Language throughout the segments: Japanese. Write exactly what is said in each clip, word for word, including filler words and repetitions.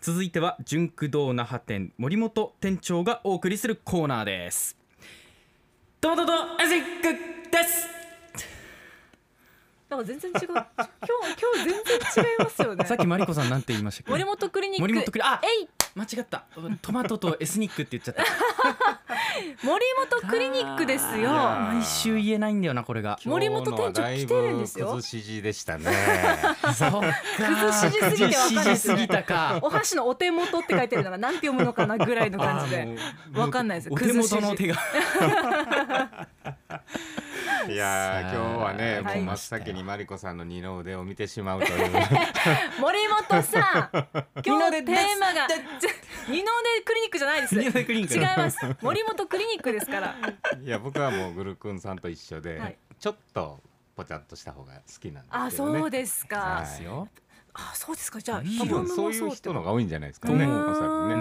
続いては純駆動那覇店森本店長がお送りするコーナーです。トマトとエスニックです。 なんか全然違う今日今日全然違いますよね。 さっきマリコさんなんて言いましたっけ？ 森本クリニック。 森本クリあえい間違った。トマトとエスニックって言っちゃった森本クリニックですよ。 毎週言えないんだよなこれが。 森本店長来てるんですよ。 崩し字でしたねそうか崩し字すぎて分かんないですよね。 崩し字すぎたか。 お箸のお手元って書いてるのが何て読むのかなぐらいの感じで分かんないですよ。 お手元の手がいや今日はね、 はい、 もう真っ先にマリコさんの二の腕を見てしまうという森本さん今日テーマが二の腕クリニックじゃないです。 二の腕クリニック違います。森本クリニックですからいや僕はもうグルクンさんと一緒で、 はい、 ちょっとポチャッとした方が好きなんですけどね。 あ、そうですか、 はい、 あ、そうですか。じゃあ多分そういう人のが多いんじゃないですかね、おそらくね、うん、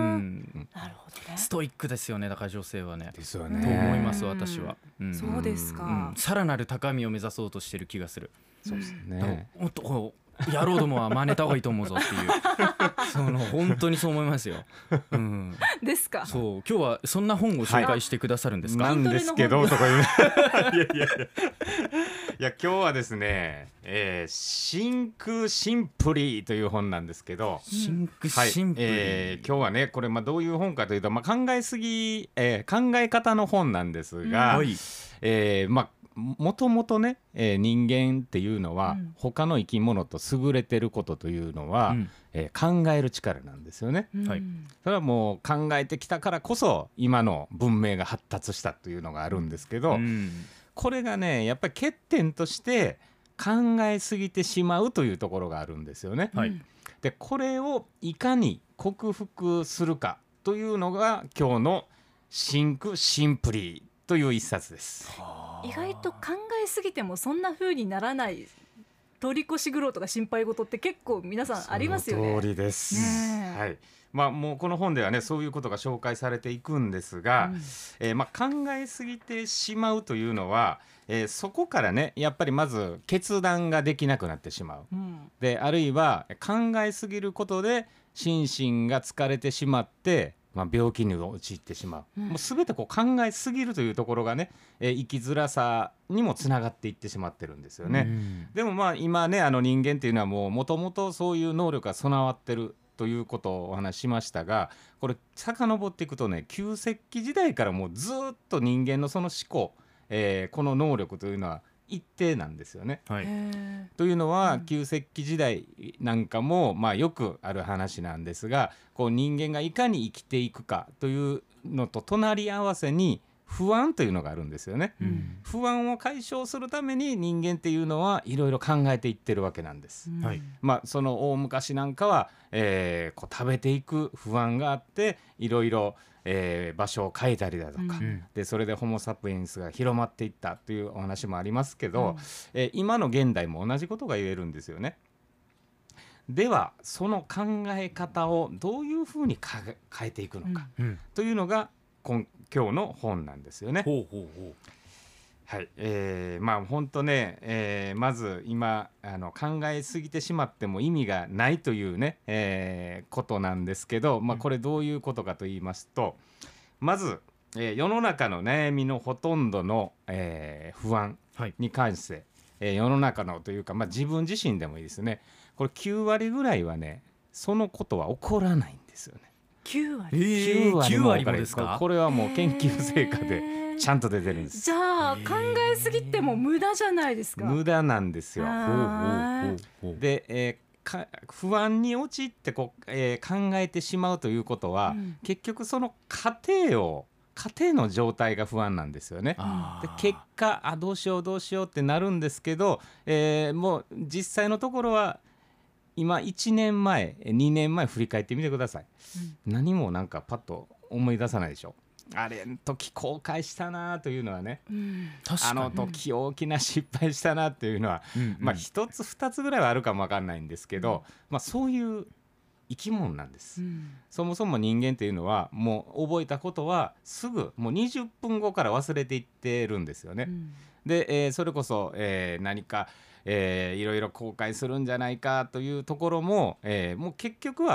なるほどね。 ストイックですよね。だから女性はねですよねと思います私は、うん、 そうですか、 うん、さらなる高みを目指そうとしてる気がする。 そうですね、 もっとこう野郎どもは真似た方がいいと思うぞっていうその本当にそう思いますよ、うん、 ですか。 そう今日はそんな本を紹介してくださるんですか？ はい、なんですけどとか言ういやいやいやいや今日はですね、えー、真空シンプリーという本なんですけど、 真空シンプリー、 はい、えー、今日はねこれまあどういう本かというと、まあ、考えすぎ、えー、考え方の本なんですが、うん、えー、まあもともとね、えー、人間っていうのは、うん、他の生き物と優れてることというのは、うん、えー、考える力なんですよね、うん、それはもう考えてきたからこそ今の文明が発達したというのがあるんですけど、うん、これがねやっぱり欠点として考えすぎてしまうというところがあるんですよね、はい、でこれをいかに克服するかというのが今日の真空シンプリーという一冊です。 意外と考えすぎてもそんな風にならない通り越し苦労とか心配事って結構皆さんありますよね。 その通りです、ね、はい。まあ、もうこの本ではねそういうことが紹介されていくんですが、うん、えー、まあ考えすぎてしまうというのは、えー、そこからねやっぱりまず決断ができなくなってしまう、うん、であるいは考えすぎることで心身が疲れてしまってまあ、病気に陥ってしまう、うん、もう全てこう考えすぎるというところがね、えー、生きづらさにもつながっていってしまってるんですよね、うん、でもまあ今ねあの人間っていうのはもともとそういう能力が備わってるということをお話ししましたが、これ遡っていくとね旧石器時代からもうずっと人間のその思考、えー、この能力というのは一定なんですよね、はい、というのは、うん、旧石器時代なんかも、まあ、よくある話なんですが、こう人間がいかに生きていくかというのと隣り合わせに不安というのがあるんですよね、うん、不安を解消するために人間っていうのはいろいろ考えていってるわけなんです、うん、まあ、その大昔なんかは、えー、こう食べていく不安があっていろいろえー、場所を変えたりだとか、うん、でそれでホモ・サピエンスが広まっていったというお話もありますけど、うん、えー、今の現代も同じことが言えるんですよね。ではその考え方をどういうふうにか変えていくのか、うん、というのが今, 今日の本なんですよね。ほうほうほう、はい、えー、まあ本当ね、えー、まず今あの考えすぎてしまっても意味がないというね、えー、ことなんですけど、まあ、これどういうことかと言いますと、まず、えー、世の中の悩みのほとんどの、えー、不安に関して、はい、えー、世の中のというか、まあ、自分自身でもいいですね、これきゅうわりぐらいはねそのことは起こらないんですよね。 きゅうわり、 えー、きゅうわりも起こらないですか？ これはもう研究成果でちゃんと出てるんです。 じゃあ考えすぎても無駄じゃないですか？ 無駄なんですよ。で、えー、か不安に陥ってこう、えー、考えてしまうということは、うん、結局その過程を家庭の状態が不安なんですよね。で結果あどうしようどうしようってなるんですけど、えー、もう実際のところは今いちねんまえにねんまえ振り返ってみてください、うん、何もなんかパッと思い出さないでしょ。あれの時後悔したなというのはね、うん、あの時大きな失敗したなっていうのは、うん、まあ一つ二つぐらいはあるかもわかんないんですけど、うん、まあそういう生き物なんです、うん、そもそも人間っていうのはもう覚えたことはすぐもうにじゅっぷんごから忘れていってるんですよね、うん、で、えー、それこそ、えー、何かえー、いろいろ後悔するんじゃないかというところも、えー、もう結局は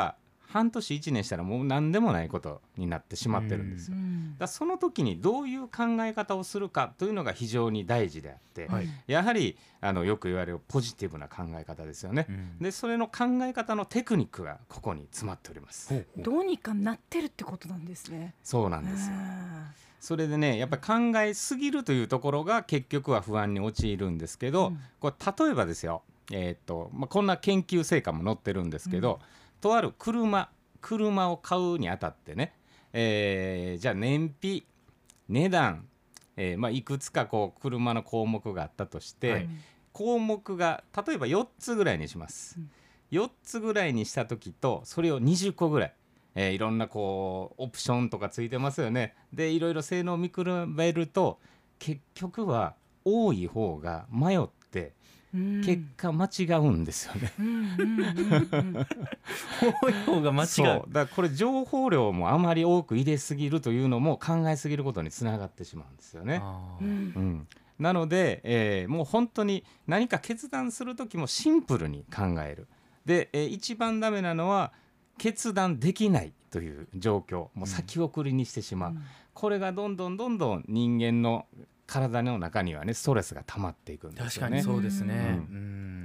半年いちねんしたらもう何でもないことになってしまってるんですよ。だからその時にどういう考え方をするかというのが非常に大事であって、 はい、 やはりあのよく言われるポジティブな考え方ですよね、うん、でそれの考え方のテクニックがここに詰まっております。 どうにかなってるってことなんですね。 そうなんですよ。それでねやっぱり考えすぎるというところが結局は不安に陥るんですけど、うん、これ例えばですよ、えーっとまあ、こんな研究成果も載ってるんですけど、うん、とある車車を買うにあたってね、えー、じゃあ燃費値段、えーまあ、いくつかこう車の項目があったとして、はい、項目が例えばよっつぐらいにします、うん、よっつぐらいにした時とそれをにじゅっこぐらい、えー、いろんなこうオプションとかついてますよね。でいろいろ性能を見比べると結局は多い方が迷って結果間違うんですよね。 多い方が間違う。 そうだからこれ情報量もあまり多く入れすぎるというのも考えすぎることにつながってしまうんですよね。うん、なので、えー、もう本当に何か決断する時もシンプルに考える。で、えー、一番ダメなのは決断できないという状況、もう先送りにしてしまう、うん、これがどんどんどんどん人間の体の中にはねストレスが溜まっていくんですよね。 確かにそうですね、うんうん、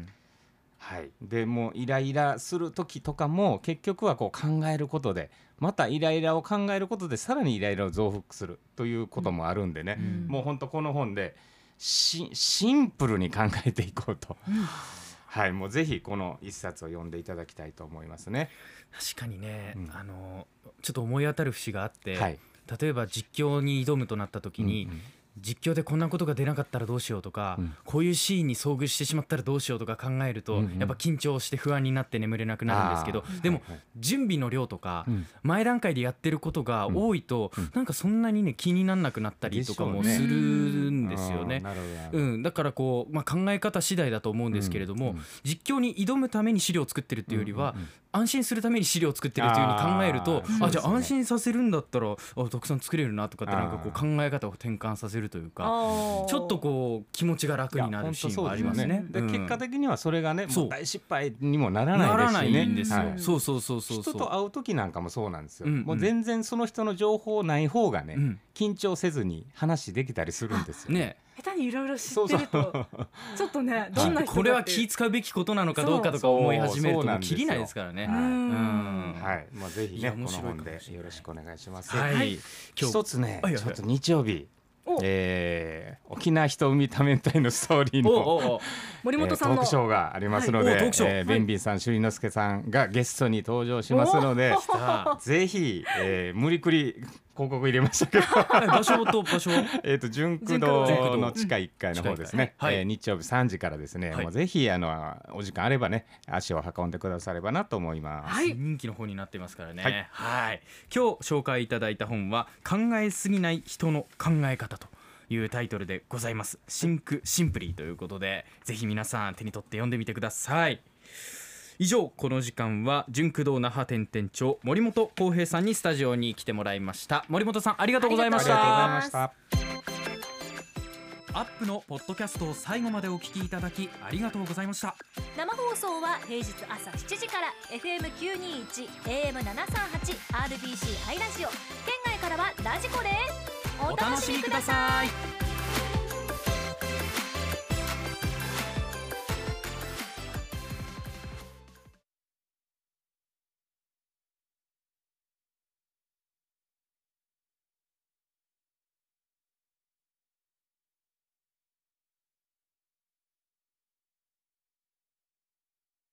はい、でもうイライラする時とかも結局はこう考えることでまたイライラを考えることでさらにイライラを増幅するということもあるんでね、うん、もう本当この本で シ, シンプルに考えていこうと、うん、はい、もうぜひこの一冊を読んでいただきたいと思いますね。 確かにね、うん、あのちょっと思い当たる節があって、はい、例えば実況に挑むとなった時に、うんうん、実況でこんなことが出なかったらどうしようとか、うん、こういうシーンに遭遇してしまったらどうしようとか考えると、うんうん、やっぱ緊張して不安になって眠れなくなるんですけど、でも、はいはい、準備の量とか、うん、前段階でやってることが多いと、うん、なんかそんなにね気にならなくなったりとかもするんですよね。うん、だからこう、まあ、考え方次第だと思うんですけれども、うんうん、実況に挑むために資料を作ってるっていうよりは、うんうんうん、安心するために資料を作ってるっていう風に考えると、あ、あ、じゃあ安心させるんだったらあたくさん作れるなとかってなんかこう考え方を転換させるというか、ちょっとこう気持ちが楽になるシーンはありますね。 で、うん、結果的にはそれがねもう大失敗にもならないですしね。ならないんですよ、はい、そうそうそうそうそう。人と会う時なんかもそうなんですよ、うんうん、もう全然その人の情報ない方がね、うん、緊張せずに話できたりするんですよね。 下手にいろいろ知ってるとちょっとねどんな人かこれは気使うべきことなのかどうかとか思い始めるともう切りないですからね。はい、うん、 はい、まあ、ぜひねこの本でよろしくお願いします。 はい、 一つねちょっと日曜日、えー、沖縄人海多面体のストーリーの森本さんの、 えー、トークショーがありますので、はい、えー、ベンビンさん、朱里之助さんがゲストに登場しますので、ぜひ、えー、無理くり広告入れましたけど場所と場所えっと純駆動の地下いっかいの方ですね、はい、えー、日曜日さんじからですね、はい、もうぜひあのお時間あればね足を運んでくださればなと思います。 はい、人気の方になってますからね。はい、はい、今日紹介いただいた本は考えすぎない人の考え方というタイトルでございます。シンクシンプリーということでぜひ皆さん手に取って読んでみてください。以上この時間は純駆動那覇店店長森本浩平さんにスタジオに来てもらいました。森本さんありがとうございました。 ありがとうございました。アップのポッドキャストを最後までお聞きいただきありがとうございました。 生放送は平日朝しちじから エフエムきゅうにいち エーエムななさんはち アールビーシー ハイラジオ、県外からはラジコです。 お楽しみください。